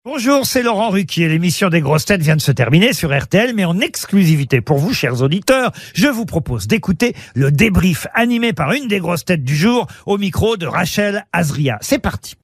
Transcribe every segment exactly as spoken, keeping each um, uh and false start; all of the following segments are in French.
Bonjour, c'est Laurent Ruquier. L'émission des grosses têtes vient de se terminer sur R T L, mais en exclusivité pour vous, chers auditeurs, je vous propose d'écouter le débrief animé par une des grosses têtes du jour au micro de Rachel Azria. C'est parti.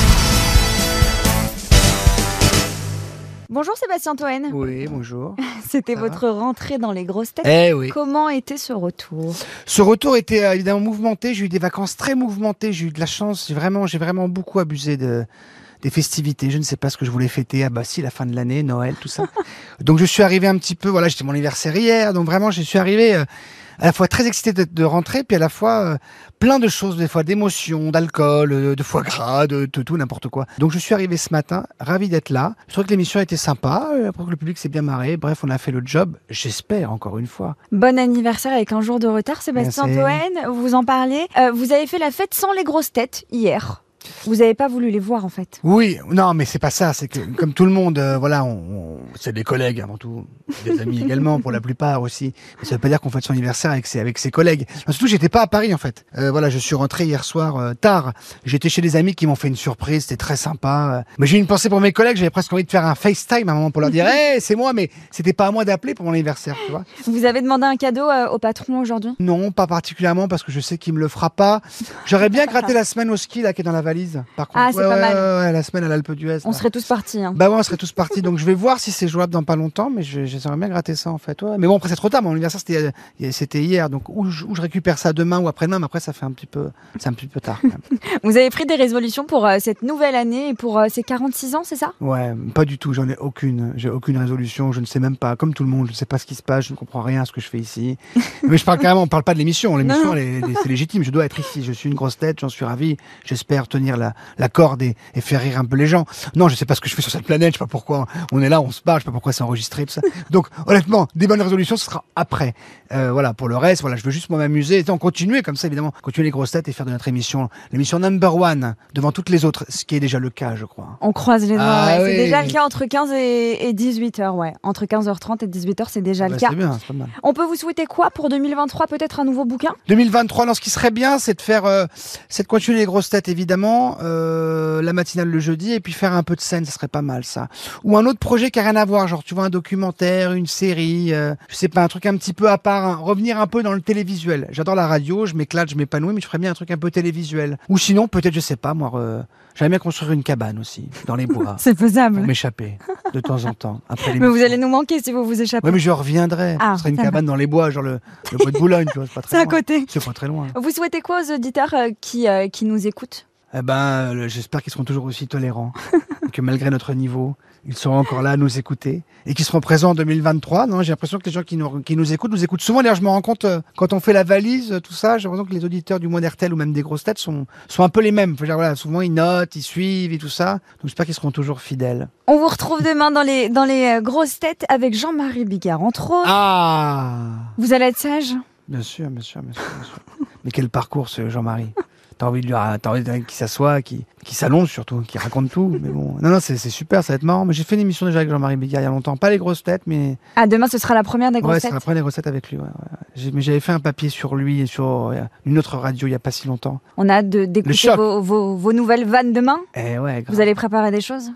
Bonjour Sébastien Toen. Oui, bonjour. C'était Ça votre rentrée dans les grosses têtes. Eh oui. Comment était ce retour? Ce retour était euh, évidemment mouvementé. J'ai eu des vacances très mouvementées. J'ai eu de la chance. J'ai vraiment, j'ai vraiment beaucoup abusé de des festivités. Je ne sais pas ce que je voulais fêter. Ah bah si, la fin de l'année, Noël, tout ça. Donc je suis arrivé un petit peu. Voilà, j'étais mon anniversaire hier. Donc vraiment, je suis arrivé euh, à la fois très excité de, de rentrer, puis à la fois euh, plein de choses, des fois d'émotions, d'alcool, euh, de foie gras, de, de tout, n'importe quoi. Donc je suis arrivé ce matin, ravi d'être là. Je trouve que l'émission a été sympa. euh, Après que le public s'est bien marré. Bref, on a fait le job. J'espère encore une fois. Bon anniversaire avec un jour de retard, Sébastien Merci. Toen. Vous en parlez. Euh, vous avez fait la fête sans les grosses têtes hier. Vous n'avez pas voulu les voir en fait. Oui, non, mais c'est pas ça. C'est que comme tout le monde, euh, voilà, on, on- c'est des collègues avant tout, des amis également pour la plupart aussi. Mais ça veut pas dire qu'on fête son anniversaire avec ses avec ses collègues. Non, surtout, j'étais pas à Paris en fait. Euh, voilà, je suis rentré hier soir euh, tard. J'étais chez des amis qui m'ont fait une surprise. C'était très sympa. Euh, Mais j'ai eu une pensée pour mes collègues. J'avais presque envie de faire un FaceTime à un moment pour leur dire, hey, c'est moi, mais c'était pas à moi d'appeler pour mon anniversaire, tu vois. Vous avez demandé un cadeau euh, au patron aujourd'hui? Non, pas particulièrement parce que je sais qu'il me le fera pas. J'aurais bien gratté la semaine au ski là qui est dans la valise. Par contre, Ah, c'est ouais, pas ouais, mal. ouais, ouais, la semaine à l'Alpe d'Huez. On là. serait tous partis. Hein. Bah ouais, on serait tous partis. Donc je vais voir si c'est jouable dans pas longtemps, mais je- j'aimerais bien gratter ça en fait. Ouais. Mais bon, après c'est trop tard. Mon anniversaire c'était euh, c'était hier, donc ou je, ou je récupère ça demain ou après-demain. Mais après ça fait un petit peu, c'est un petit peu tard. Quand même. Vous avez pris des résolutions pour euh, cette nouvelle année et pour euh, ces quarante-six ans, c'est ça? Ouais, pas du tout. J'en ai aucune. J'ai aucune résolution. Je ne sais même pas. Comme tout le monde, je ne sais pas ce qui se passe. Je ne comprends rien à ce que je fais ici. Mais je parle carrément. On parle pas de l'émission. L'émission, Non. elle est- elle est- c'est légitime. Je dois être ici. Je suis une grosse tête. J'en suis ravi. J'espère tenir la, la corde et, et faire rire un peu les gens. Non, je sais pas ce que je fais sur cette planète. Je sais pas pourquoi on est là, on se parle. Je sais pas pourquoi c'est enregistré tout ça. Donc honnêtement, des bonnes résolutions, ce sera après. Euh, voilà. Pour le reste, voilà, je veux juste moi m'amuser. Et on continuer comme ça, évidemment, continuer les grosses têtes et faire de notre émission l'émission number one devant toutes les autres, ce qui est déjà le cas, je crois. On croise les doigts. Ah ouais. oui. C'est déjà le cas entre quinze et dix-huit heures. Ouais. Entre quinze heures trente et dix-huit heures, c'est déjà Bah, le cas. c'est bien, c'est pas mal. On peut vous souhaiter quoi pour deux mille vingt-trois? Peut-être un nouveau bouquin? deux mille vingt-trois, non, ce qui serait bien, c'est de faire, euh, c'est de continuer les grosses têtes évidemment, euh, la matinale le jeudi, et puis faire un peu de scène, ça serait pas mal ça. Ou un autre projet qui a rien à voir, genre tu vois un documentaire, une série, euh, je sais pas, un truc un petit peu à part, hein, revenir un peu dans le télévisuel. J'adore la radio, je m'éclate, je m'épanouis, mais je ferais bien un truc un peu télévisuel. Ou sinon, peut-être, je sais pas, moi, euh, j'aimerais bien construire une cabane aussi, dans les bois, C'est faisable. pour m'échapper de temps en temps. Après Mais vous allez nous manquer si vous vous échappez. Ouais, mais je reviendrai. Ah, ce serait une ça va. cabane dans les bois, genre le, le bois de Boulogne, tu vois, c'est pas très C'est à loin. côté. C'est pas très loin. Vous souhaitez quoi aux auditeurs euh, qui, euh, qui nous écoutent? Eh ben, euh, j'espère qu'ils seront toujours aussi tolérants, et que malgré notre niveau, ils seront encore là à nous écouter, et qu'ils seront présents en deux mille vingt-trois. Non, j'ai l'impression que les gens qui nous, qui nous écoutent, nous écoutent souvent. D'ailleurs, je me rends compte, euh, quand on fait la valise, euh, tout ça, j'ai l'impression que les auditeurs du Moins d'R T L ou même des grosses têtes sont, sont un peu les mêmes. Faut dire, voilà, souvent, ils notent, ils suivent et tout ça. Donc, j'espère qu'ils seront toujours fidèles. On vous retrouve demain dans les, dans les euh, grosses têtes avec Jean-Marie Bigard, entre autres. Ah! Vous allez être sage? Bien sûr, bien sûr, bien sûr, bien sûr. Mais quel parcours, ce Jean-Marie. T'as envie de lui, t'as envie de- qu'il s'assoie, qu'il, qu'il s'allonge surtout, qu'il raconte tout. Mais bon, non, non, c'est, c'est super, ça va être marrant. Mais j'ai fait une émission déjà avec Jean-Marie Bigard il y a longtemps. Pas les grosses têtes, mais Ah, demain, ce sera la première des grosses ouais, têtes. c'est après les recettes avec lui. Ouais, ouais. J'ai- mais j'avais fait un papier sur lui et sur euh, une autre radio il y a pas si longtemps. On a hâte de, Le d'écouter choc. vos, vos, vos nouvelles vannes demain. Eh ouais. grave. Vous allez préparer des choses?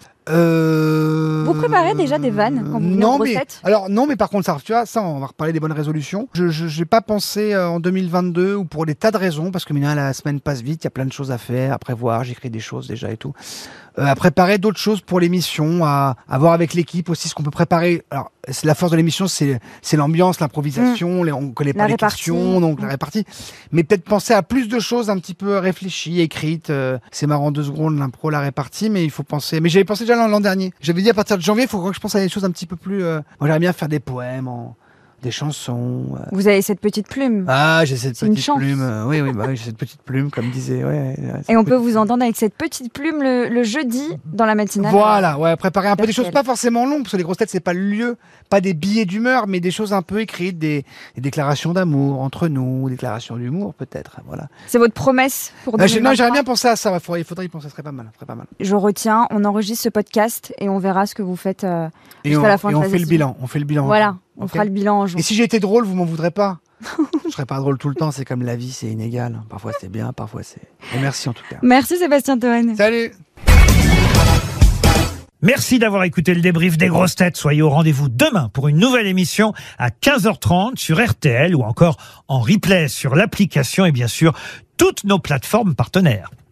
Euh... Vous préparez déjà des vannes quand vous venez non, aux grosses mais, têtes? alors non, mais par contre, ça, tu vois, ça, on va reparler des bonnes résolutions. Je, je, j'ai pas pensé euh, en deux mille vingt-deux ou pour des tas de raisons, parce que maintenant la semaine passe vite, il y a plein de choses à faire, à prévoir, j'écris des choses déjà et tout. Euh, à préparer d'autres choses pour l'émission, à, à voir avec l'équipe aussi ce qu'on peut préparer. Alors, c'est la force de l'émission, c'est, c'est l'ambiance, l'improvisation, les, on connaît La pas les répartie. questions, donc la répartie. Mais peut-être penser à plus de choses un petit peu réfléchies, écrites. euh, c'est marrant deux secondes, l'impro, la répartie, mais il faut penser. Mais j'avais pensé déjà l'an, l'an dernier. J'avais dit à partir de janvier, il faut que je pense à des choses un petit peu plus. Euh... Moi, j'aimerais bien faire des poèmes, en... des chansons. euh. Vous avez cette petite plume. Ah, j'ai cette C'est une petite chance. plume. euh, Oui, oui, bah oui, j'ai cette petite plume, comme disait. Ouais, ouais, cette Et on peut petite- vous entendre avec cette petite plume le, le jeudi dans la matinale. Voilà, ouais, préparer un peu des Virtuel. choses pas forcément longues, parce que les grosses têtes, c'est pas le lieu, pas des billets d'humeur, mais des choses un peu écrites, des, des déclarations d'amour entre nous, des déclarations d'humour peut-être, voilà. C'est votre promesse pour Ah, j'ai- non, deux mille vingt-trois? j'aimerais bien penser à ça, il faudrait, il faudrait y penser, ça serait pas mal, ça serait pas mal. Je retiens, on enregistre ce podcast et on verra ce que vous faites euh, Et jusqu'à on, la fin et de on la fait le saison. bilan, on fait le bilan. Voilà, on Ok. fera le bilan en juin. Et si j'ai été drôle, vous m'en voudrez pas? Je serais pas drôle tout le temps, c'est comme la vie, c'est inégal. Parfois c'est bien, parfois c'est. Et merci en tout cas. Merci Sébastien Toen. Salut! Merci d'avoir écouté le débrief des grosses têtes. Soyez au rendez-vous demain pour une nouvelle émission à quinze heures trente sur R T L ou encore en replay sur l'application et bien sûr toutes nos plateformes partenaires.